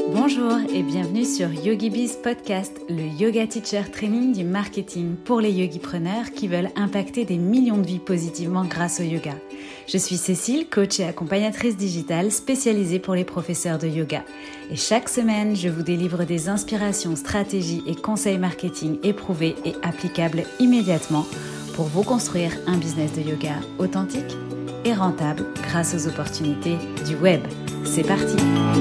Bonjour et bienvenue sur YogiBiz Podcast, le yoga teacher training du marketing pour les yogipreneurs qui veulent impacter des millions de vies positivement grâce au yoga. Je suis Cécile, coach et accompagnatrice digitale spécialisée pour les professeurs de yoga. Et chaque semaine, je vous délivre des inspirations, stratégies et conseils marketing éprouvés et applicables immédiatement pour vous construire un business de yoga authentique et rentable grâce aux opportunités du web. C'est parti!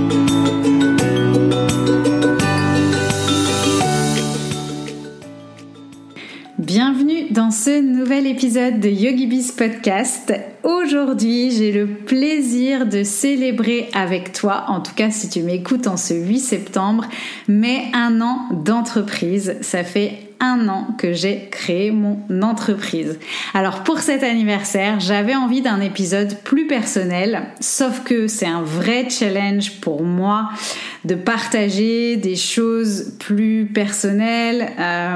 Bienvenue dans ce nouvel épisode de YogiBiz Podcast. Aujourd'hui, j'ai le plaisir de célébrer avec toi, en tout cas si tu m'écoutes en ce 8 septembre, mes 1 an d'entreprise. Ça fait 1 an que j'ai créé mon entreprise. Alors pour cet anniversaire, j'avais envie d'un épisode plus personnel, sauf que c'est un vrai challenge pour moi de partager des choses plus personnelles,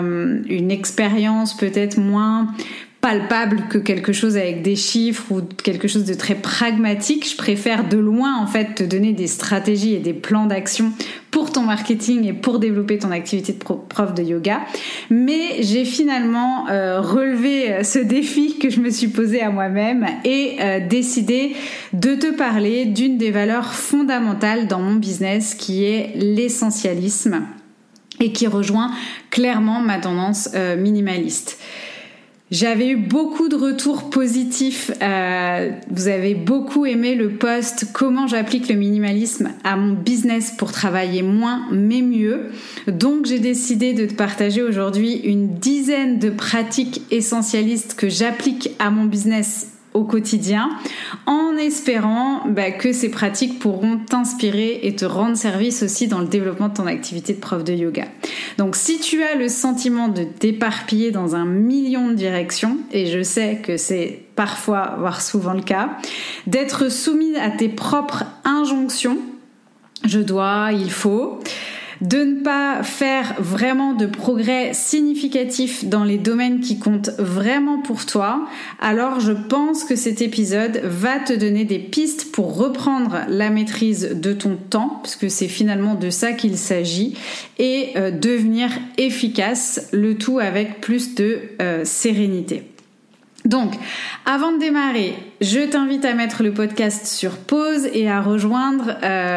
une expérience peut-être moins palpable que quelque chose avec des chiffres ou quelque chose de très pragmatique. Je préfère de loin en fait te donner des stratégies et des plans d'action pour ton marketing et pour développer ton activité de prof de yoga. Mais j'ai finalement relevé ce défi que je me suis posé à moi-même et décidé de te parler d'une des valeurs fondamentales dans mon business qui est l'essentialisme et qui rejoint clairement ma tendance minimaliste. J'avais eu beaucoup de retours positifs. Vous avez beaucoup aimé le post « Comment j'applique le minimalisme à mon business pour travailler moins mais mieux ». Donc j'ai décidé de te partager aujourd'hui une dizaine de pratiques essentialistes que j'applique à mon business au quotidien, en espérant que ces pratiques pourront t'inspirer et te rendre service aussi dans le développement de ton activité de prof de yoga. Donc si tu as le sentiment de t'éparpiller dans 1 million de directions, et je sais que c'est parfois, voire souvent le cas, d'être soumis à tes propres injonctions, je dois, il faut, de ne pas faire vraiment de progrès significatifs dans les domaines qui comptent vraiment pour toi, alors je pense que cet épisode va te donner des pistes pour reprendre la maîtrise de ton temps, parce que c'est finalement de ça qu'il s'agit, et devenir efficace, le tout avec plus de sérénité. Donc, avant de démarrer, je t'invite à mettre le podcast sur pause et à rejoindre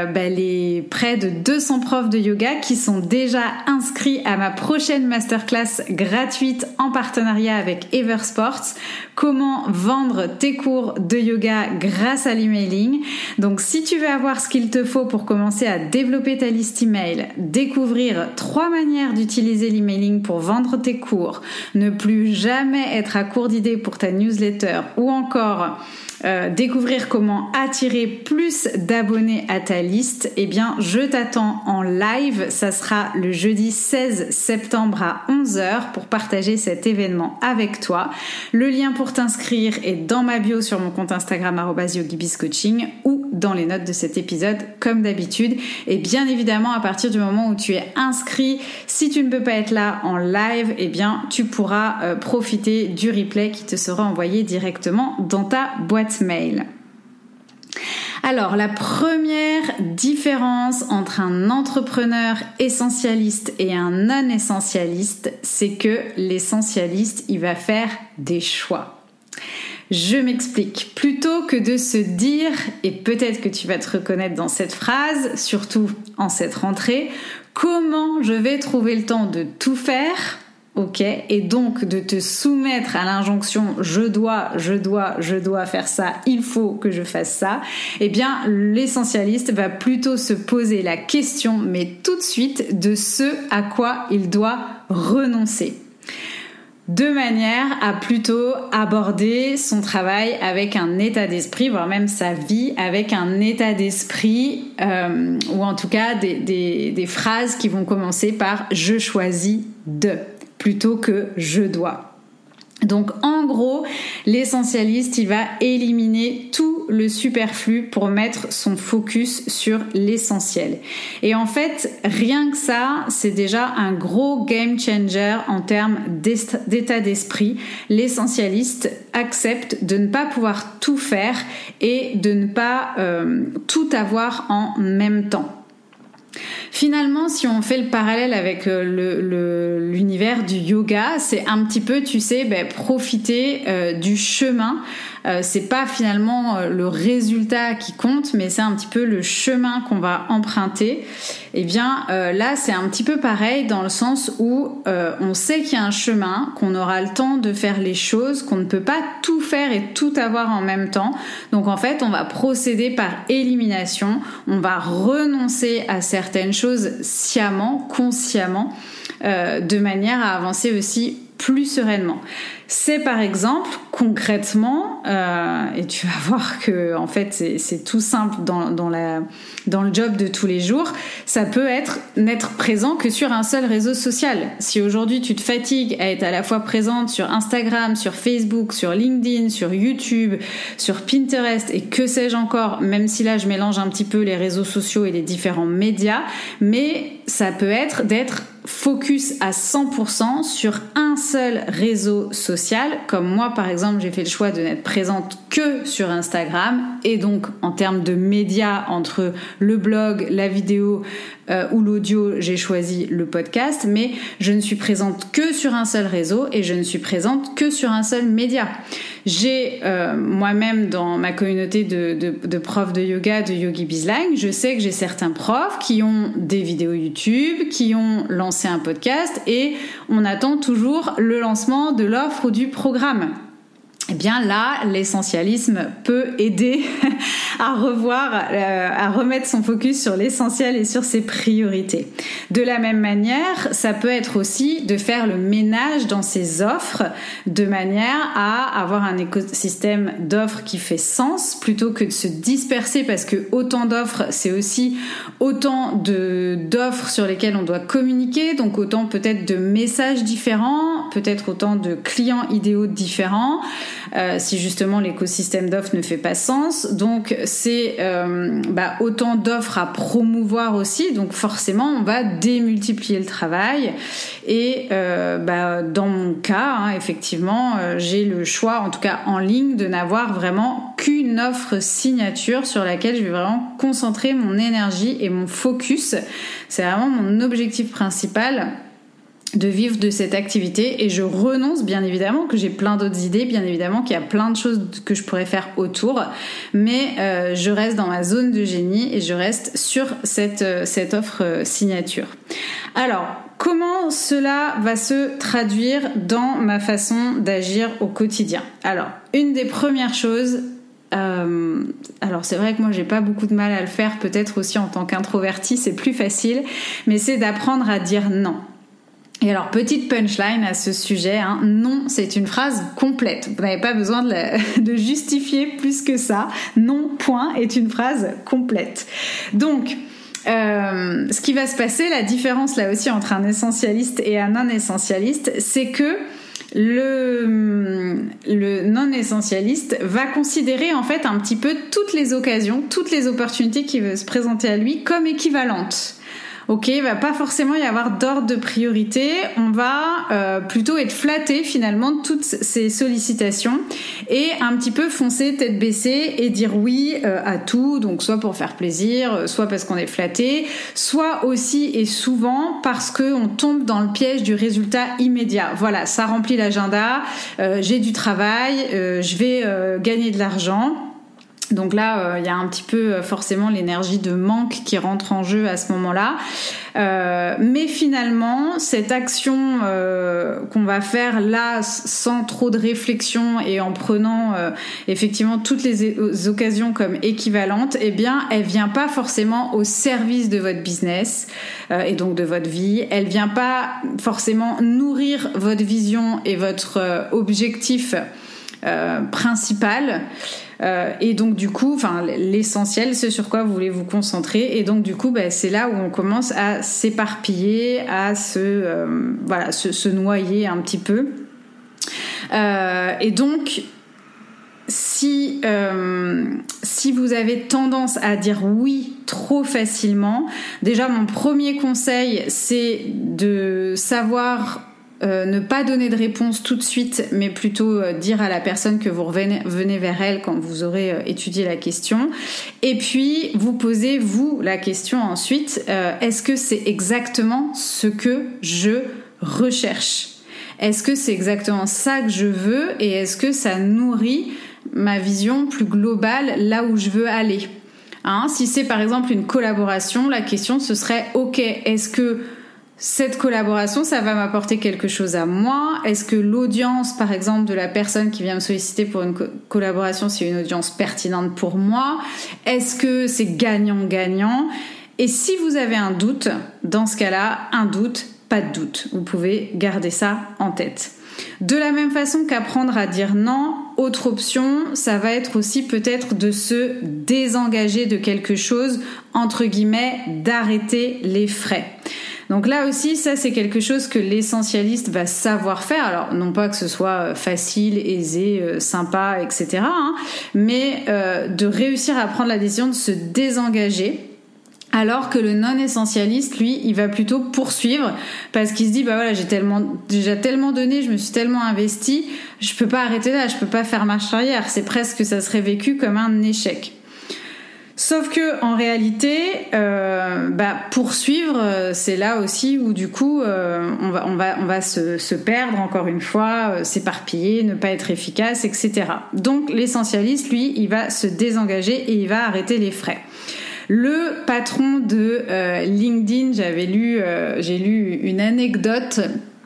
les près de 200 profs de yoga qui sont déjà inscrits à ma prochaine masterclass gratuite en partenariat avec Eversports. Comment vendre tes cours de yoga grâce à l'emailing. Donc, si tu veux avoir ce qu'il te faut pour commencer à développer ta liste email, découvrir 3 manières d'utiliser l'emailing pour vendre tes cours, ne plus jamais être à court d'idées pour ta newsletter ou encore découvrir comment attirer plus d'abonnés à ta liste, eh bien je t'attends en live. Ça sera le jeudi 16 septembre à 11h pour partager cet événement avec toi. Le lien pour t'inscrire est dans ma bio sur mon compte Instagram @yogibizcoaching ou dans les notes de cet épisode comme d'habitude. Et bien évidemment, à partir du moment où tu es inscrit, si tu ne peux pas être là en live, eh bien tu pourras profiter du replay qui te sera envoyé directement dans ta boîte mail. Alors, la première différence entre un entrepreneur essentialiste et un non-essentialiste, c'est que l'essentialiste, il va faire des choix. Je m'explique. Plutôt que de se dire, et peut-être que tu vas te reconnaître dans cette phrase, surtout en cette rentrée, comment je vais trouver le temps de tout faire ? Ok, et donc de te soumettre à l'injonction je dois faire ça, il faut que je fasse ça, eh bien l'essentialiste va plutôt se poser la question, mais tout de suite, de ce à quoi il doit renoncer. De manière à plutôt aborder son travail avec un état d'esprit, voire même sa vie avec un état d'esprit, ou en tout cas des phrases qui vont commencer par « je choisis de » plutôt que « je dois ». Donc en gros, l'essentialiste, il va éliminer tout le superflu pour mettre son focus sur l'essentiel. Et en fait, rien que ça, c'est déjà un gros game changer en termes d'état d'esprit. L'essentialiste accepte de ne pas pouvoir tout faire et de ne pas tout avoir en même temps. Finalement, si on fait le parallèle avec l'univers du yoga, c'est un petit peu, tu sais, profiter du chemin. C'est pas finalement le résultat qui compte, mais c'est un petit peu le chemin qu'on va emprunter. Et bien là, c'est un petit peu pareil dans le sens où on sait qu'il y a un chemin, qu'on aura le temps de faire les choses, qu'on ne peut pas tout faire et tout avoir en même temps. Donc en fait, on va procéder par élimination. On va renoncer à certaines choses sciemment, consciemment, de manière à avancer aussi plus sereinement. C'est par exemple concrètement, et tu vas voir que en fait c'est tout simple dans le job de tous les jours, ça peut être n'être présent que sur un seul réseau social. Si aujourd'hui tu te fatigues à être à la fois présente sur Instagram, sur Facebook, sur LinkedIn, sur YouTube, sur Pinterest et que sais-je encore, même si là je mélange un petit peu les réseaux sociaux et les différents médias, mais ça peut être d'être focus à 100% sur un seul réseau social, comme moi par exemple j'ai fait le choix de n'être présente que sur Instagram, et donc en termes de médias entre le blog, la vidéo ou l'audio, j'ai choisi le podcast, mais je ne suis présente que sur un seul réseau et je ne suis présente que sur un seul média. J'ai moi-même dans ma communauté de profs de yoga, de Yogi Bizline, je sais que j'ai certains profs qui ont des vidéos YouTube, qui ont lancé un podcast et on attend toujours le lancement de l'offre ou du programme. Eh bien là, l'essentialisme peut aider à remettre son focus sur l'essentiel et sur ses priorités. De la même manière, ça peut être aussi de faire le ménage dans ses offres de manière à avoir un écosystème d'offres qui fait sens plutôt que de se disperser, parce que autant d'offres, c'est aussi autant d'offres sur lesquelles on doit communiquer, donc autant peut-être de messages différents, peut-être autant de clients idéaux différents. Si justement l'écosystème d'offres ne fait pas sens, donc c'est autant d'offres à promouvoir aussi, donc forcément on va démultiplier le travail et dans mon cas effectivement j'ai le choix, en tout cas en ligne, de n'avoir vraiment qu'une offre signature sur laquelle je vais vraiment concentrer mon énergie et mon focus. C'est vraiment mon objectif principal, de vivre de cette activité, et je renonce bien évidemment que j'ai plein d'autres idées, bien évidemment qu'il y a plein de choses que je pourrais faire autour, mais je reste dans ma zone de génie et je reste sur cette offre signature. Alors, comment cela va se traduire dans ma façon d'agir au quotidien ? Alors, une des premières choses, alors c'est vrai que moi j'ai pas beaucoup de mal à le faire, peut-être aussi en tant qu'introvertie c'est plus facile, mais c'est d'apprendre à dire non. Et alors, petite punchline à ce sujet, non, c'est une phrase complète. Vous n'avez pas besoin de justifier plus que ça. Non, point, est une phrase complète. Donc, ce qui va se passer, la différence là aussi entre un essentialiste et un non-essentialiste, c'est que le non-essentialiste va considérer en fait un petit peu toutes les occasions, toutes les opportunités qui veulent se présenter à lui comme équivalentes. Ok, il va pas forcément y avoir d'ordre de priorité, on va plutôt être flatté finalement de toutes ces sollicitations et un petit peu foncer tête baissée et dire oui à tout, donc soit pour faire plaisir, soit parce qu'on est flatté, soit aussi et souvent parce qu'on tombe dans le piège du résultat immédiat. Voilà, ça remplit l'agenda, j'ai du travail, je vais gagner de l'argent. Donc là, il y a un petit peu forcément l'énergie de manque qui rentre en jeu à ce moment-là. Mais finalement, cette action qu'on va faire là sans trop de réflexion et en prenant effectivement toutes les occasions comme équivalentes, eh bien, elle vient pas forcément au service de votre business et donc de votre vie. Elle vient pas forcément nourrir votre vision et votre objectif principal. Et donc du coup, l'essentiel, c'est sur quoi vous voulez vous concentrer. Et donc du coup, c'est là où on commence à s'éparpiller, à se noyer un petit peu. Et donc, si vous avez tendance à dire oui trop facilement, déjà mon premier conseil, c'est de savoir ne pas donner de réponse tout de suite, mais plutôt dire à la personne que vous venez vers elle quand vous aurez étudié la question. Et puis, vous posez, vous, la question ensuite, est-ce que c'est exactement ce que je recherche ? Est-ce que c'est exactement ça que je veux et est-ce que ça nourrit ma vision plus globale là où je veux aller ? Si c'est par exemple une collaboration, la question ce serait ok, est-ce que cette collaboration, ça va m'apporter quelque chose à moi ? Est-ce que l'audience, par exemple, de la personne qui vient me solliciter pour une collaboration, c'est une audience pertinente pour moi ? Est-ce que c'est gagnant-gagnant ? Et si vous avez un doute, dans ce cas-là, un doute, pas de doute. Vous pouvez garder ça en tête. De la même façon qu'apprendre à dire non, autre option, ça va être aussi peut-être de se désengager de quelque chose, entre guillemets, d'arrêter les frais. Donc là aussi, ça c'est quelque chose que l'essentialiste va savoir faire. Alors non pas que ce soit facile, aisé, sympa, etc. Mais de réussir à prendre la décision de se désengager. Alors que le non-essentialiste, lui, il va plutôt poursuivre parce qu'il se dit, bah voilà, j'ai déjà tellement donné, je me suis tellement investi, je peux pas arrêter là, je peux pas faire marche arrière. C'est presque, ça serait vécu comme un échec. Sauf que en réalité, poursuivre, c'est là aussi où du coup, on va se perdre encore une fois, s'éparpiller, ne pas être efficace, etc. Donc l'essentialiste, lui, il va se désengager et il va arrêter les frais. Le patron de LinkedIn, j'ai lu une anecdote.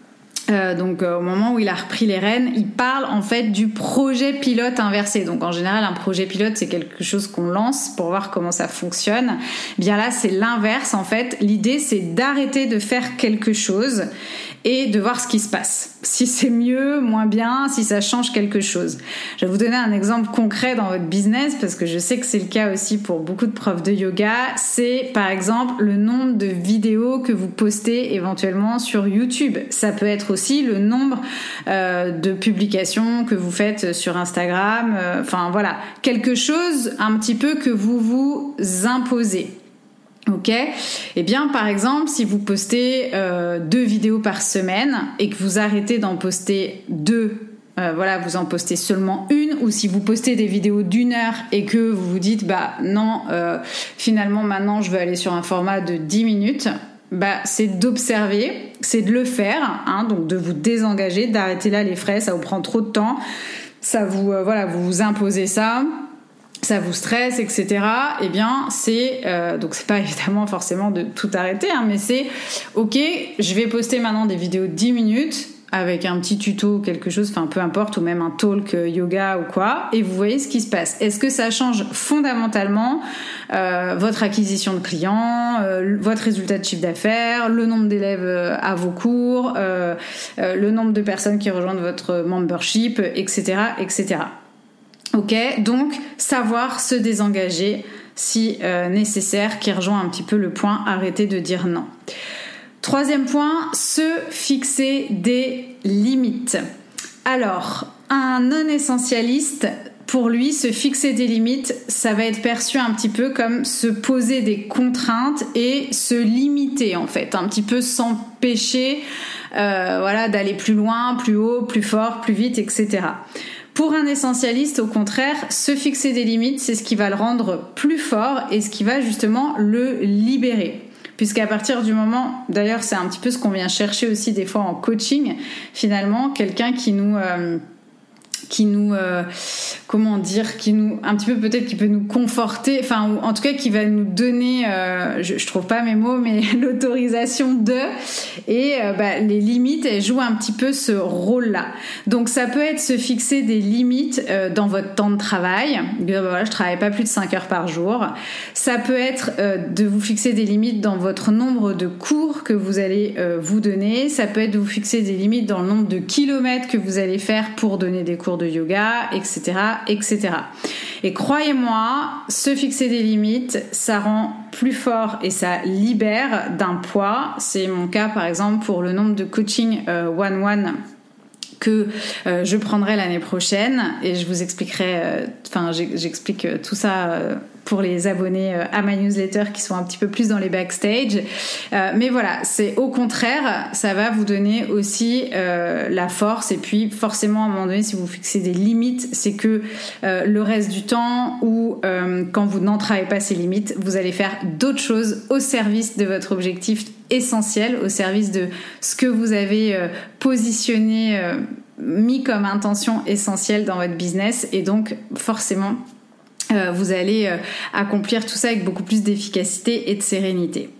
Au moment où il a repris les rênes, il parle en fait du projet pilote inversé. Donc en général, un projet pilote, c'est quelque chose qu'on lance pour voir comment ça fonctionne. Bien là, c'est l'inverse en fait. L'idée, c'est d'arrêter de faire quelque chose et de voir ce qui se passe. Si c'est mieux, moins bien, si ça change quelque chose. Je vais vous donner un exemple concret dans votre business parce que je sais que c'est le cas aussi pour beaucoup de profs de yoga. C'est par exemple le nombre de vidéos que vous postez éventuellement sur YouTube. Ça peut être aussi le nombre de publications que vous faites sur Instagram. Voilà, quelque chose un petit peu que vous vous imposez. Ok, eh bien par exemple si vous postez 2 vidéos par semaine et que vous arrêtez d'en poster 2, vous en postez seulement une, ou si vous postez des vidéos d'1 heure et que vous vous dites finalement maintenant je veux aller sur un format de 10 minutes, c'est d'observer, c'est de le faire, donc de vous désengager, d'arrêter là les frais, ça vous prend trop de temps, ça vous vous vous imposez ça vous stresse, etc. Eh bien, donc c'est pas évidemment forcément de tout arrêter, mais c'est ok, je vais poster maintenant des vidéos de 10 minutes avec un petit tuto, quelque chose, peu importe, ou même un talk yoga ou quoi, et vous voyez ce qui se passe. Est-ce que ça change fondamentalement votre acquisition de clients, votre résultat de chiffre d'affaires, le nombre d'élèves à vos cours, le nombre de personnes qui rejoignent votre membership, etc., etc. Ok, donc savoir se désengager si nécessaire, qui rejoint un petit peu le point arrêter de dire non. 3e point, se fixer des limites. Alors, un non-essentialiste, pour lui, se fixer des limites, ça va être perçu un petit peu comme se poser des contraintes et se limiter en fait, un petit peu s'empêcher d'aller plus loin, plus haut, plus fort, plus vite, etc. Pour un essentialiste, au contraire, se fixer des limites, c'est ce qui va le rendre plus fort et ce qui va justement le libérer. Puisqu'à partir du moment, d'ailleurs c'est un petit peu ce qu'on vient chercher aussi des fois en coaching, finalement, quelqu'un qui nous un petit peu peut-être qui peut nous conforter, ou en tout cas qui va nous donner, je trouve pas mes mots, mais l'autorisation de, et les limites, elles jouent un petit peu ce rôle-là. Donc ça peut être se fixer des limites dans votre temps de travail, je travaille pas plus de 5 heures par jour. Ça peut être de vous fixer des limites dans votre nombre de cours que vous allez vous donner. Ça peut être de vous fixer des limites dans le nombre de kilomètres que vous allez faire pour donner des cours de yoga, etc., etc. Et croyez-moi, se fixer des limites, ça rend plus fort et ça libère d'un poids. C'est mon cas, par exemple, pour le nombre de coaching one-one que je prendrai l'année prochaine, et je vous expliquerai, j'explique tout ça pour les abonnés à ma newsletter qui sont un petit peu plus dans les backstage. Mais voilà, c'est au contraire, ça va vous donner aussi la force. Et puis forcément, à un moment donné, si vous fixez des limites, c'est que le reste du temps ou quand vous n'entravez pas ces limites, vous allez faire d'autres choses au service de votre objectif essentiel, au service de ce que vous avez positionné, mis comme intention essentielle dans votre business. Et donc forcément, vous allez accomplir tout ça avec beaucoup plus d'efficacité et de sérénité.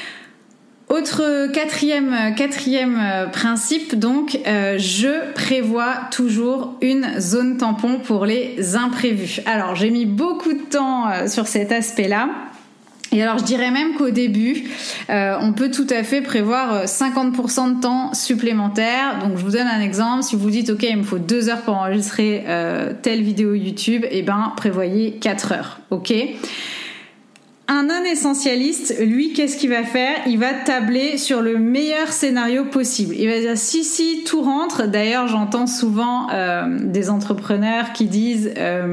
Autre quatrième principe, donc, je prévois toujours une zone tampon pour les imprévus. Alors, j'ai mis beaucoup de temps sur cet aspect-là. Et alors, je dirais même qu'au début, on peut tout à fait prévoir 50% de temps supplémentaire. Donc, je vous donne un exemple. Si vous dites, OK, il me faut 2 heures pour enregistrer telle vidéo YouTube, eh ben, prévoyez 4 heures. OK ? Un non-essentialiste, lui, qu'est-ce qu'il va faire ? Il va tabler sur le meilleur scénario possible. Il va dire si tout rentre. D'ailleurs, j'entends souvent des entrepreneurs qui disent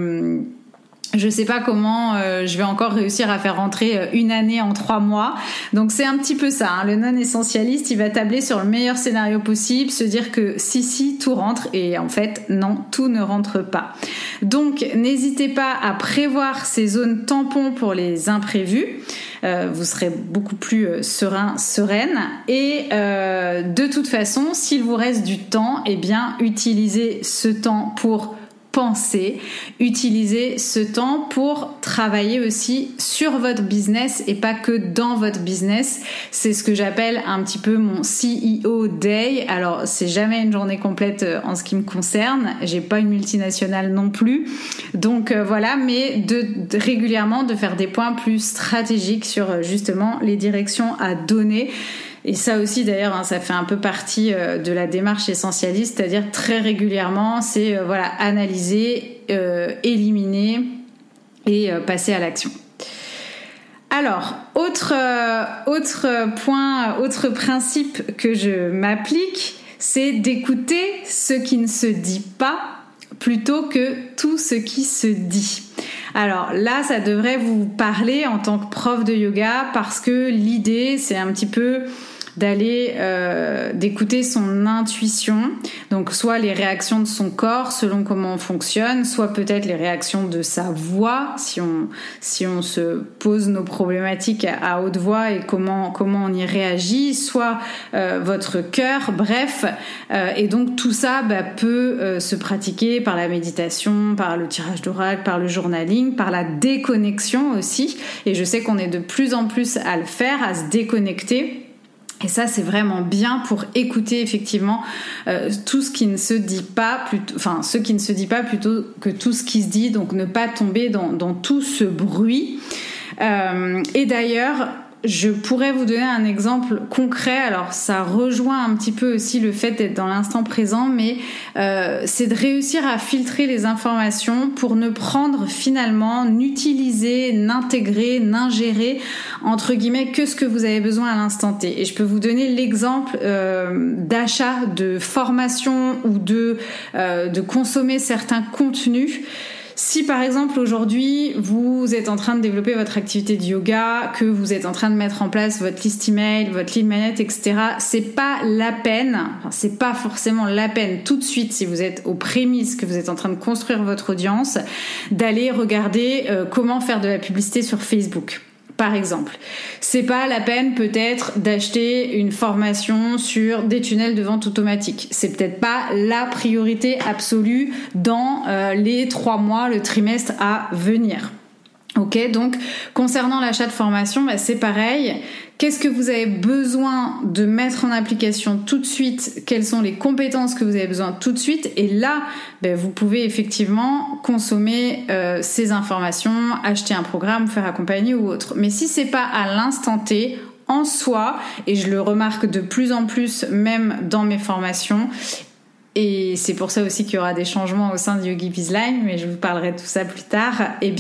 je sais pas comment je vais encore réussir à faire rentrer une année en 3 mois. Donc c'est un petit peu ça, hein. Le non-essentialiste, il va tabler sur le meilleur scénario possible, se dire que si tout rentre, et en fait non, tout ne rentre pas. Donc n'hésitez pas à prévoir ces zones tampons pour les imprévus. Vous serez beaucoup plus sereine. Et de toute façon, s'il vous reste du temps, eh bien utilisez ce temps pour penser, utilisez ce temps pour travailler aussi sur votre business et pas que dans votre business. C'est ce que j'appelle un petit peu mon CEO Day. Alors, c'est jamais une journée complète en ce qui me concerne. J'ai pas une multinationale non plus. Donc voilà, mais de régulièrement de faire des points plus stratégiques sur justement les directions à donner. Et ça aussi d'ailleurs, hein, ça fait un peu partie de la démarche essentialiste, c'est-à-dire très régulièrement, c'est analyser, éliminer et passer à l'action. Alors, autre point, autre principe que je m'applique, c'est d'écouter ce qui ne se dit pas plutôt que tout ce qui se dit. Alors là, ça devrait vous parler en tant que prof de yoga parce que l'idée, c'est un petit peu d'écouter son intuition, donc soit les réactions de son corps selon comment on fonctionne, soit peut-être les réactions de sa voix si on se pose nos problématiques à haute voix et comment on y réagit, soit votre cœur, bref, et donc tout ça peut se pratiquer par la méditation, par le tirage d'oracle, par le journaling, par la déconnexion aussi, et je sais qu'on est de plus en plus à le faire, à se déconnecter. Et ça, c'est vraiment bien pour écouter effectivement tout ce qui ne se dit pas, ce qui ne se dit pas plutôt que tout ce qui se dit, donc ne pas tomber dans tout ce bruit. Et d'ailleurs, je pourrais vous donner un exemple concret. Alors, ça rejoint un petit peu aussi le fait d'être dans l'instant présent, mais c'est de réussir à filtrer les informations pour ne prendre finalement, n'utiliser, n'intégrer, n'ingérer, entre guillemets, que ce que vous avez besoin à l'instant T. Et je peux vous donner l'exemple d'achat de formation ou de consommer certains contenus. Si par exemple aujourd'hui vous êtes en train de développer votre activité de yoga, que vous êtes en train de mettre en place votre liste email, votre lead magnet, etc., c'est pas forcément la peine tout de suite, si vous êtes aux prémices, que vous êtes en train de construire votre audience, d'aller regarder comment faire de la publicité sur Facebook. Par exemple, c'est pas la peine peut-être d'acheter une formation sur des tunnels de vente automatique. C'est peut-être pas la priorité absolue dans les 3 mois, le trimestre à venir. Ok, donc concernant l'achat de formation, c'est pareil. Qu'est-ce que vous avez besoin de mettre en application tout de suite ? Quelles sont les compétences que vous avez besoin tout de suite ? Et là, vous pouvez effectivement consommer ces informations, acheter un programme, faire accompagner ou autre. Mais si c'est pas à l'instant T, en soi, et je le remarque de plus en plus même dans mes formations, et c'est pour ça aussi qu'il y aura des changements au sein de Yogi Bizline, mais je vous parlerai de tout ça plus tard,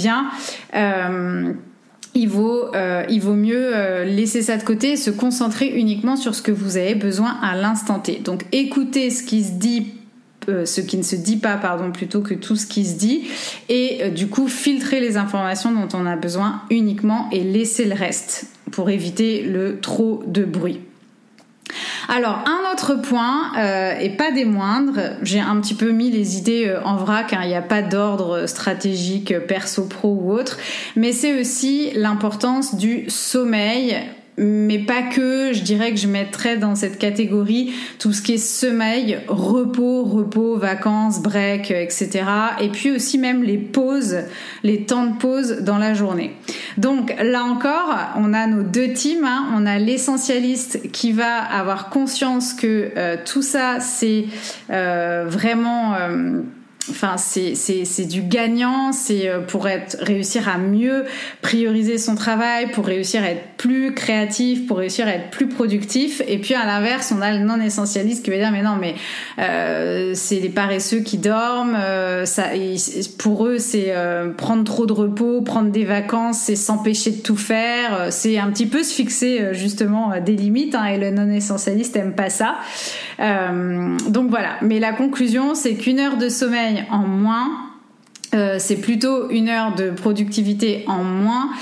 il vaut mieux laisser ça de côté et se concentrer uniquement sur ce que vous avez besoin à l'instant T. Donc écoutez ce qui se dit ce qui ne se dit pas, plutôt que tout ce qui se dit, et du coup filtrer les informations dont on a besoin uniquement et laisser le reste pour éviter le trop de bruit. Alors, un autre point, et pas des moindres, j'ai un petit peu mis les idées en vrac, il n'y a pas d'ordre stratégique perso, pro ou autre, mais c'est aussi l'importance du sommeil, mais pas que. Je dirais que je mettrais dans cette catégorie tout ce qui est sommeil, repos, vacances, break, etc. Et puis aussi même les pauses, les temps de pause dans la journée. Donc là encore, on a nos deux teams. On a l'essentialiste qui va avoir conscience que tout ça, c'est vraiment... c'est du gagnant, c'est pour réussir à mieux prioriser son travail, pour réussir à être plus créatif, pour réussir à être plus productif. Et puis à l'inverse, on a le non-essentialiste qui va dire mais non, mais c'est les paresseux qui dorment, pour eux c'est prendre trop de repos, prendre des vacances, c'est s'empêcher de tout faire, c'est un petit peu se fixer justement des limites, et le non-essentialiste aime pas ça. Donc voilà, mais la conclusion c'est qu'une heure de sommeil en moins, c'est plutôt une heure de productivité en moins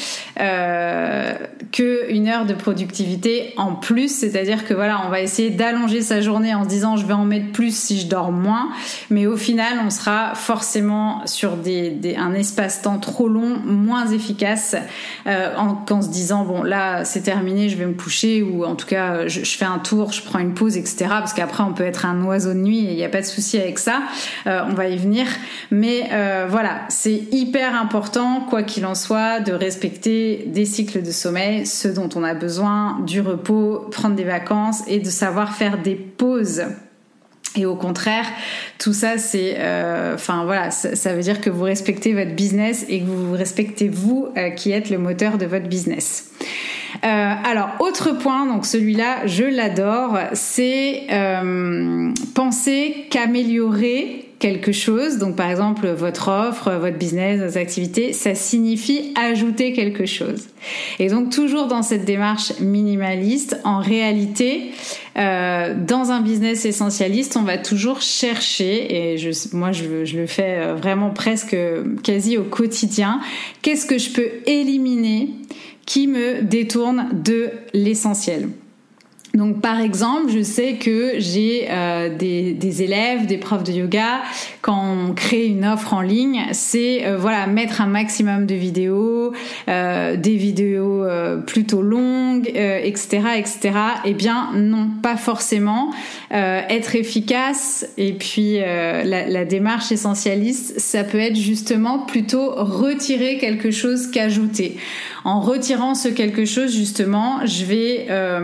que une heure de productivité en plus. C'est-à-dire que voilà, on va essayer d'allonger sa journée en se disant je vais en mettre plus si je dors moins, mais au final on sera forcément sur un espace-temps trop long, moins efficace, en se disant bon là c'est terminé, je vais me coucher, ou en tout cas je fais un tour, je prends une pause, etc. Parce qu'après on peut être un oiseau de nuit et il n'y a pas de souci avec ça, on va y venir, mais voilà, c'est hyper important, quoi qu'il en soit, de respecter des cycles de sommeil, ce dont on a besoin, du repos, prendre des vacances et de savoir faire des pauses. Et au contraire, tout ça, c'est, ça veut dire que vous respectez votre business et que vous respectez vous qui êtes le moteur de votre business. Alors, autre point, donc celui-là, je l'adore, c'est penser qu'améliorer quelque chose, donc par exemple votre offre, votre business, vos activités, ça signifie ajouter quelque chose. Et donc toujours dans cette démarche minimaliste, en réalité, dans un business essentialiste, on va toujours chercher, et je le fais vraiment presque quasi au quotidien, qu'est-ce que je peux éliminer qui me détourne de l'essentiel. Donc par exemple, je sais que j'ai des élèves, des profs de yoga, quand on crée une offre en ligne, c'est mettre un maximum de vidéos, des vidéos plutôt longues, etc. Eh bien non, pas forcément. Être efficace et puis la démarche essentialiste, ça peut être justement plutôt retirer quelque chose qu'ajouter. En retirant ce quelque chose, justement, je vais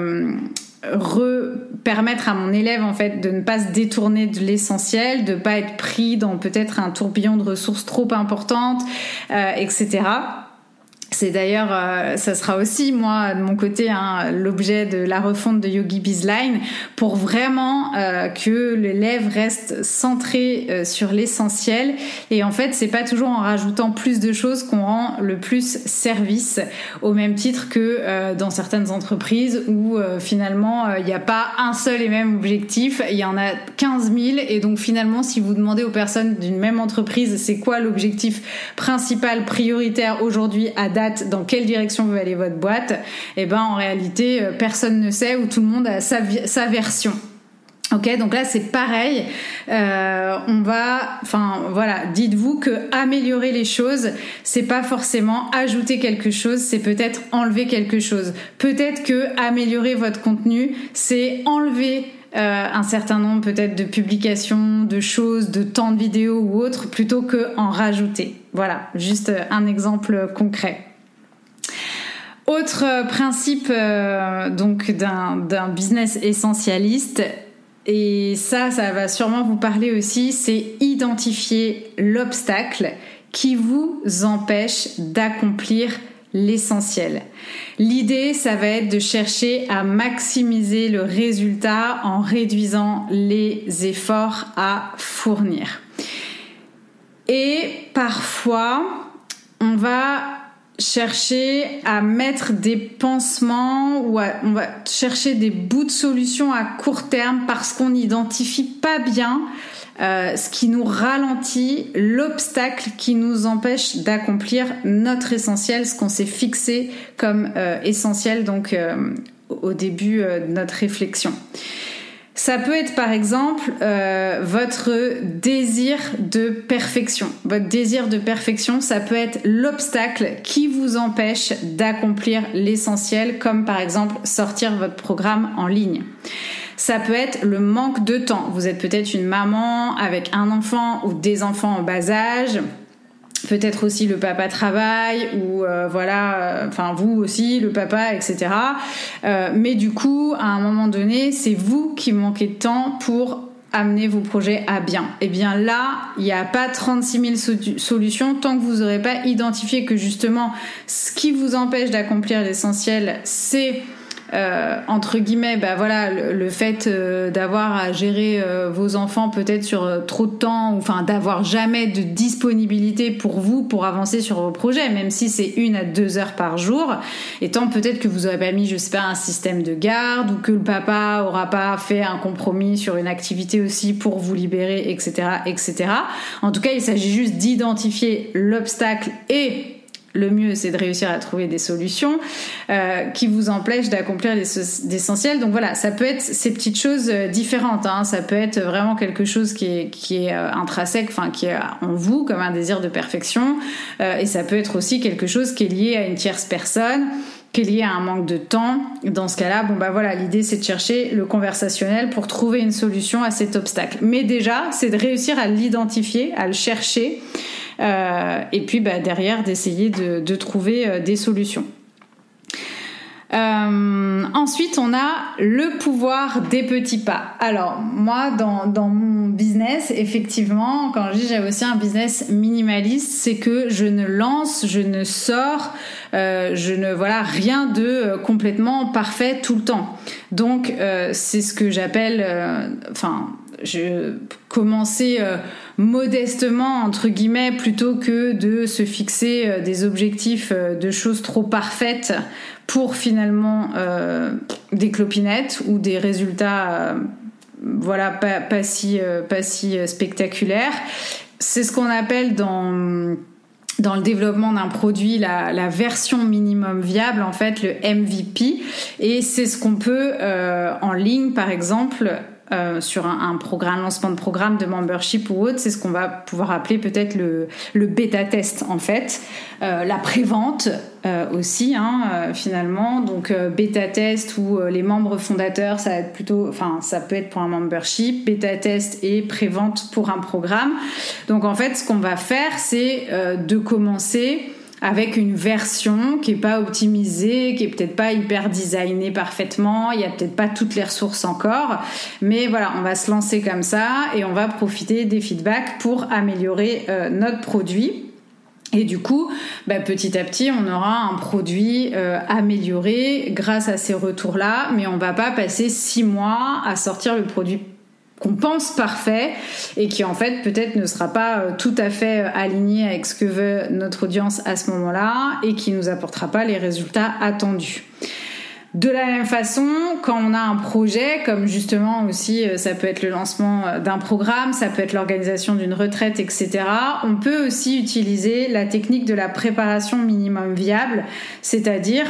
permettre à mon élève en fait de ne pas se détourner de l'essentiel, de pas être pris dans peut-être un tourbillon de ressources trop importantes, etc. C'est d'ailleurs, ça sera aussi moi de mon côté l'objet de la refonte de Yogi Bizline, pour vraiment que l'élève reste centré sur l'essentiel. Et en fait, c'est pas toujours en rajoutant plus de choses qu'on rend le plus service, au même titre que dans certaines entreprises où finalement il n'y a pas un seul et même objectif, il y en a 15 000, et donc finalement si vous demandez aux personnes d'une même entreprise c'est quoi l'objectif principal, prioritaire aujourd'hui à date, dans quelle direction veut aller votre boîte, et ben en réalité personne ne sait, ou tout le monde a sa version. Ok, donc là c'est pareil. Dites-vous que améliorer les choses, c'est pas forcément ajouter quelque chose, c'est peut-être enlever quelque chose. Peut-être que améliorer votre contenu, c'est enlever un certain nombre peut-être de publications, de choses, de temps de vidéo ou autre, plutôt que en rajouter. Voilà, juste un exemple concret. Autre principe donc d'un business essentialiste, et ça va sûrement vous parler aussi, c'est identifier l'obstacle qui vous empêche d'accomplir l'essentiel. L'idée, ça va être de chercher à maximiser le résultat en réduisant les efforts à fournir. Et parfois, on va chercher à mettre des pansements, ou on va chercher des bouts de solutions à court terme parce qu'on n'identifie pas bien ce qui nous ralentit, l'obstacle qui nous empêche d'accomplir notre essentiel, ce qu'on s'est fixé comme essentiel donc au début de notre réflexion. Ça peut être par exemple votre désir de perfection. Votre désir de perfection, ça peut être l'obstacle qui vous empêche d'accomplir l'essentiel, comme par exemple sortir votre programme en ligne. Ça peut être le manque de temps. Vous êtes peut-être une maman avec un enfant ou des enfants en bas âge. Peut-être aussi le papa travaille ou vous aussi, le papa, etc. Mais du coup, à un moment donné, c'est vous qui manquez de temps pour amener vos projets à bien. Et bien là, il n'y a pas 36 000 solutions tant que vous n'aurez pas identifié que justement, ce qui vous empêche d'accomplir l'essentiel, c'est entre guillemets le fait d'avoir à gérer vos enfants peut-être sur trop de temps, ou enfin d'avoir jamais de disponibilité pour vous pour avancer sur vos projets, même si c'est 1 à 2 heures par jour, et tant peut-être que vous aurez pas mis un système de garde, ou que le papa aura pas fait un compromis sur une activité aussi pour vous libérer, etc. En tout cas, il s'agit juste d'identifier l'obstacle, et le mieux, c'est de réussir à trouver des solutions qui vous empêchent d'accomplir l'essentiel. Donc voilà, ça peut être ces petites choses différentes. Ça peut être vraiment quelque chose qui est intrinsèque, qui est en vous, comme un désir de perfection. Et ça peut être aussi quelque chose qui est lié à une tierce personne, qui est lié à un manque de temps. Dans ce cas-là, l'idée, c'est de chercher le conversationnel pour trouver une solution à cet obstacle. Mais déjà, c'est de réussir à l'identifier, à le chercher, et puis derrière d'essayer de trouver des solutions. Ensuite, on a le pouvoir des petits pas. Alors moi, dans mon business, effectivement, quand je dis j'avais aussi un business minimaliste, c'est que je ne lance, je ne sors, rien de complètement parfait tout le temps. Donc c'est ce que j'appelle, je commençais modestement entre guillemets, plutôt que de se fixer des objectifs de choses trop parfaites pour finalement des clopinettes ou des résultats pas si spectaculaires. C'est ce qu'on appelle dans le développement d'un produit la version minimum viable, en fait, le MVP, et c'est ce qu'on peut en ligne par exemple sur un lancement de programme de membership ou autre, c'est ce qu'on va pouvoir appeler peut-être le bêta test, en fait, la prévente aussi finalement. Donc bêta test ou les membres fondateurs, ça peut être pour un membership, bêta test et prévente pour un programme. Donc en fait, ce qu'on va faire, c'est de commencer avec une version qui est pas optimisée, qui est peut-être pas hyper designée parfaitement, il y a peut-être pas toutes les ressources encore, mais voilà, on va se lancer comme ça et on va profiter des feedbacks pour améliorer notre produit. Et du coup, petit à petit, on aura un produit amélioré grâce à ces retours-là, mais on va pas passer 6 mois à sortir le produit qu'on pense parfait et qui en fait peut-être ne sera pas tout à fait aligné avec ce que veut notre audience à ce moment-là et qui nous apportera pas les résultats attendus. De la même façon, quand on a un projet, comme justement aussi ça peut être le lancement d'un programme, ça peut être l'organisation d'une retraite, etc., on peut aussi utiliser la technique de la préparation minimum viable, c'est-à-dire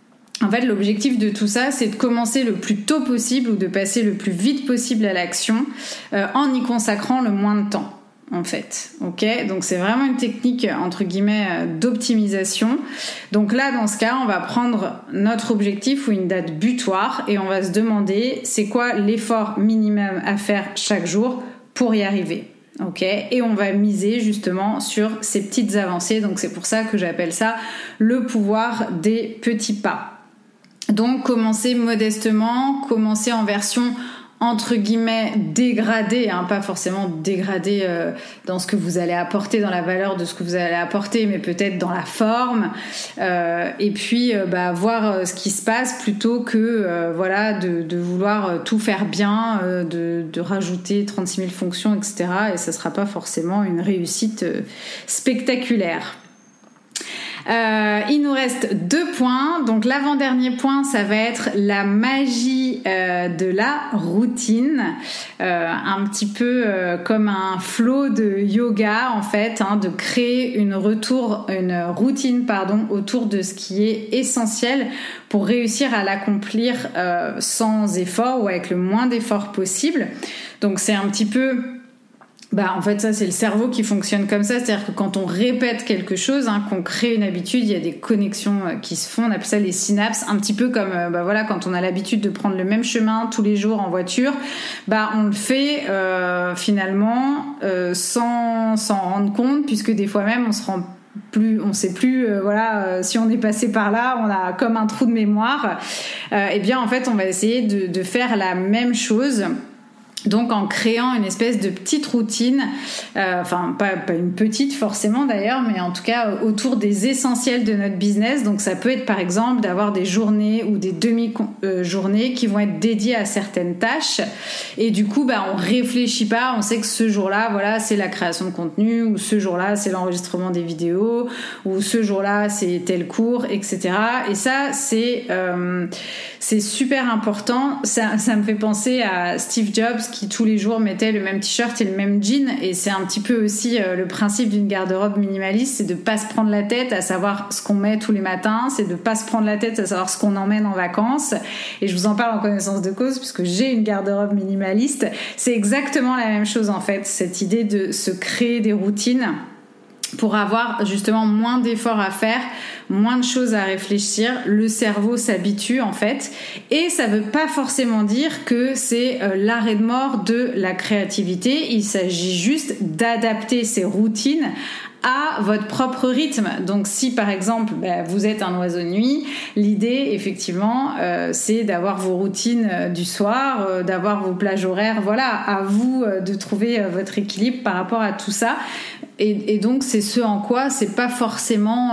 en fait, l'objectif de tout ça, c'est de commencer le plus tôt possible ou de passer le plus vite possible à l'action en y consacrant le moins de temps, en fait. Ok ? Donc, c'est vraiment une technique, entre guillemets, d'optimisation. Donc là, dans ce cas, on va prendre notre objectif ou une date butoir et on va se demander c'est quoi l'effort minimum à faire chaque jour pour y arriver. Ok, et on va miser justement sur ces petites avancées. Donc, c'est pour ça que j'appelle ça le pouvoir des petits pas. Donc, commencer modestement, commencer en version entre guillemets dégradée, pas forcément dégradée dans ce que vous allez apporter, dans la valeur de ce que vous allez apporter, mais peut-être dans la forme, et puis voir ce qui se passe plutôt que de vouloir tout faire bien, de rajouter 36 000 fonctions, etc. Et ça sera pas forcément une réussite spectaculaire. Il nous reste 2 points. Donc l'avant-dernier point, ça va être la magie de la routine, un petit peu comme un flow de yoga en fait, de créer une routine autour de ce qui est essentiel pour réussir à l'accomplir sans effort ou avec le moins d'efforts possible. Donc c'est un petit peu... en fait, ça, c'est le cerveau qui fonctionne comme ça. C'est-à-dire que quand on répète quelque chose, qu'on crée une habitude, il y a des connexions qui se font. On appelle ça les synapses. Un petit peu comme, quand on a l'habitude de prendre le même chemin tous les jours en voiture, on le fait finalement sans s'en rendre compte, puisque des fois même, on sait plus, si on est passé par là, on a comme un trou de mémoire. En fait, on va essayer de faire la même chose. Donc en créant une espèce de petite routine, pas une petite forcément d'ailleurs, mais en tout cas autour des essentiels de notre business. Donc ça peut être par exemple d'avoir des journées ou des demi-journées qui vont être dédiées à certaines tâches. Et du coup, on réfléchit pas, on sait que ce jour-là, c'est la création de contenu, ou ce jour-là, c'est l'enregistrement des vidéos, ou ce jour-là, c'est tel cours, etc. Et ça, c'est super important. Ça me fait penser à Steve Jobs qui tous les jours mettait le même t-shirt et le même jean, et c'est un petit peu aussi le principe d'une garde-robe minimaliste, c'est de pas se prendre la tête à savoir ce qu'on met tous les matins, c'est de pas se prendre la tête à savoir ce qu'on emmène en vacances. Et je vous en parle en connaissance de cause puisque j'ai une garde-robe minimaliste. C'est exactement la même chose en fait, cette idée de se créer des routines pour avoir justement moins d'efforts à faire, moins de choses à réfléchir. Le cerveau s'habitue en fait, et ça veut pas forcément dire que c'est l'arrêt de mort de la créativité. Il s'agit juste d'adapter ces routines à votre propre rythme. Donc si par exemple vous êtes un oiseau de nuit, l'idée effectivement c'est d'avoir vos routines du soir, d'avoir vos plages horaires, à vous de trouver votre équilibre par rapport à tout ça. Et donc c'est ce en quoi c'est pas forcément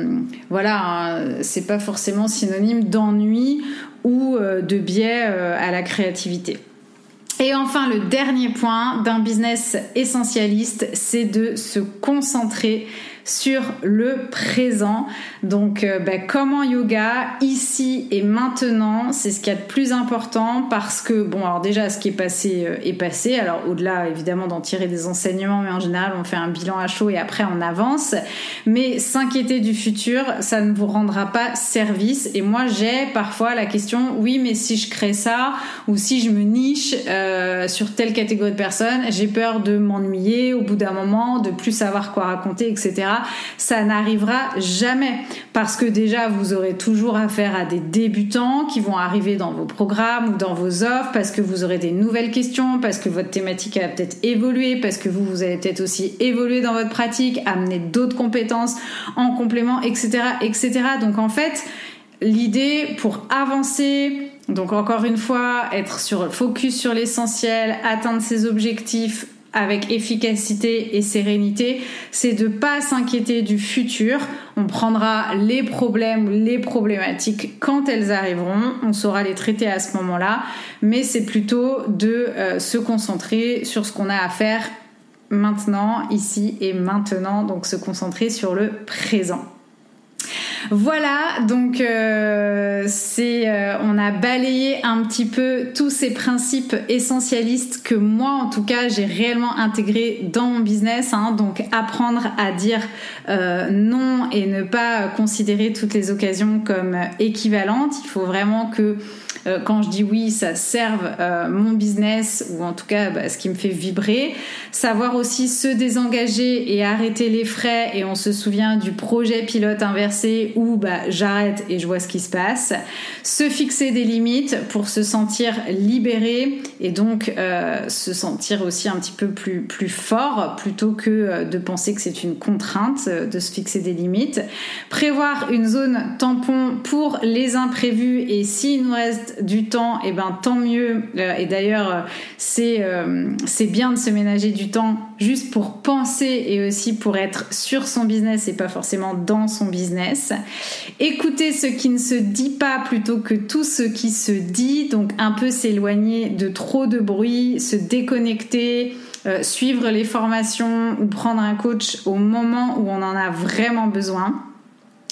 c'est pas forcément synonyme d'ennui ou de biais à la créativité. Et enfin, le dernier point d'un business essentialiste, c'est de se concentrer sur le présent. Donc comme en yoga, ici et maintenant, c'est ce qu'il y a de plus important, parce que alors déjà ce qui est passé est passé. Alors au-delà évidemment d'en tirer des enseignements, mais en général on fait un bilan à chaud et après on avance. Mais s'inquiéter du futur, ça ne vous rendra pas service. Et moi j'ai parfois la question, oui mais si je crée ça, ou si je me niche sur telle catégorie de personnes, j'ai peur de m'ennuyer au bout d'un moment, de plus savoir quoi raconter, etc. Ça n'arrivera jamais, parce que déjà vous aurez toujours affaire à des débutants qui vont arriver dans vos programmes ou dans vos offres, parce que vous aurez des nouvelles questions, parce que votre thématique a peut-être évolué, parce que vous allez peut-être aussi évoluer dans votre pratique, amener d'autres compétences en complément, etc., etc. Donc en fait, l'idée pour avancer, donc encore une fois, être focus sur l'essentiel, atteindre ses objectifs avec efficacité et sérénité, c'est de pas s'inquiéter du futur. On prendra les problèmes, les problématiques quand elles arriveront, on saura les traiter à ce moment-là, mais c'est plutôt de se concentrer sur ce qu'on a à faire maintenant, ici et maintenant, donc se concentrer sur le présent. Voilà, donc on a balayé un petit peu tous ces principes essentialistes que moi en tout cas j'ai réellement intégrés dans mon business, donc apprendre à dire non et ne pas considérer toutes les occasions comme équivalentes. Il faut vraiment que quand je dis oui, ça serve mon business, ou en tout cas ce qui me fait vibrer. Savoir aussi se désengager et arrêter les frais, et on se souvient du projet pilote inversé où j'arrête et je vois ce qui se passe. Se fixer des limites pour se sentir libéré, et donc se sentir aussi un petit peu plus fort, plutôt que de penser que c'est une contrainte de se fixer des limites. Prévoir une zone tampon pour les imprévus, et s'il nous reste du temps, tant mieux. Et d'ailleurs, c'est bien de se ménager du temps juste pour penser et aussi pour être sur son business et pas forcément dans son business. Écouter ce qui ne se dit pas plutôt que tout ce qui se dit, donc un peu s'éloigner de trop de bruit, se déconnecter, suivre les formations ou prendre un coach au moment où on en a vraiment besoin.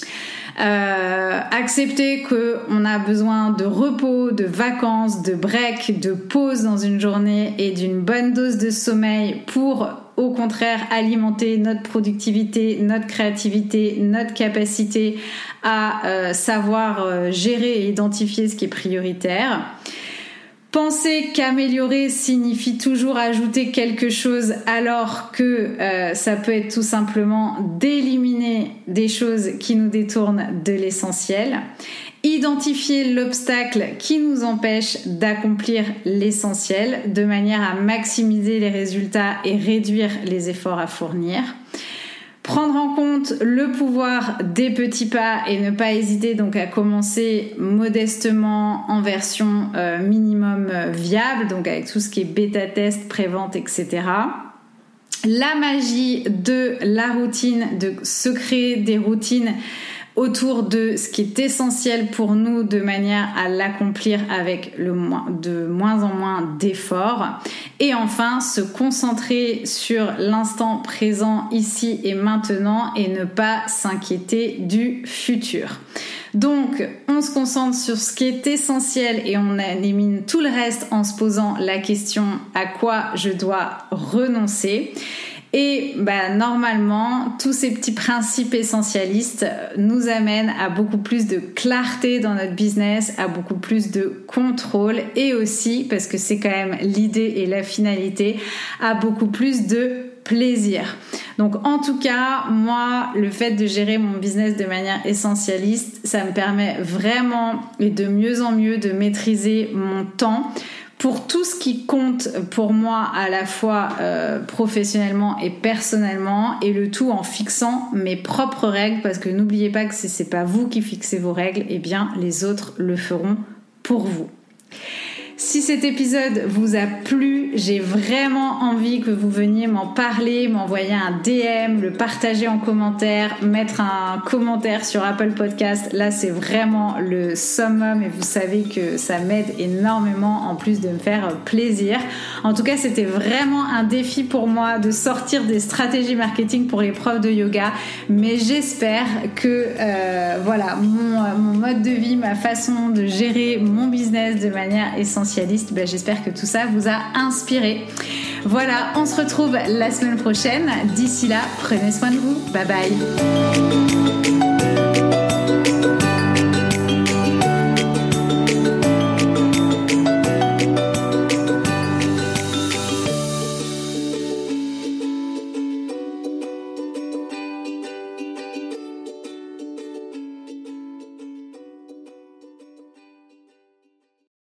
Accepter qu'on a besoin de repos, de vacances, de break, de pause dans une journée et d'une bonne dose de sommeil pour au contraire alimenter notre productivité, notre créativité, notre capacité à savoir gérer et identifier ce qui est prioritaire. Penser qu'améliorer signifie toujours ajouter quelque chose alors que ça peut être tout simplement d'éliminer des choses qui nous détournent de l'essentiel. Identifier l'obstacle qui nous empêche d'accomplir l'essentiel de manière à maximiser les résultats et réduire les efforts à fournir. Prendre en compte le pouvoir des petits pas et ne pas hésiter donc à commencer modestement en version minimum viable, donc avec tout ce qui est bêta-test, pré-vente, etc. La magie de la routine, de se créer des routines autour de ce qui est essentiel pour nous de manière à l'accomplir avec de moins en moins d'efforts. Et enfin, se concentrer sur l'instant présent ici et maintenant et ne pas s'inquiéter du futur. Donc, on se concentre sur ce qui est essentiel et on élimine tout le reste en se posant la question à quoi je dois renoncer. Et normalement, tous ces petits principes essentialistes nous amènent à beaucoup plus de clarté dans notre business, à beaucoup plus de contrôle et aussi, parce que c'est quand même l'idée et la finalité, à beaucoup plus de plaisir. Donc en tout cas, moi, le fait de gérer mon business de manière essentialiste, ça me permet vraiment et de mieux en mieux de maîtriser mon temps pour tout ce qui compte pour moi à la fois professionnellement et personnellement, et le tout en fixant mes propres règles, parce que n'oubliez pas que si c'est pas vous qui fixez vos règles, eh bien les autres le feront pour vous. Si cet épisode vous a plu, j'ai vraiment envie que vous veniez m'en parler, m'envoyer un DM, le partager en commentaire, mettre un commentaire sur Apple Podcast. Là, c'est vraiment le summum et vous savez que ça m'aide énormément en plus de me faire plaisir. En tout cas, c'était vraiment un défi pour moi de sortir des stratégies marketing pour les profs de yoga. Mais j'espère que mon mode de vie, ma façon de gérer mon business de manière essentielle, j'espère que tout ça vous a inspiré. Voilà, on se retrouve la semaine prochaine. D'ici là, prenez soin de vous. Bye bye.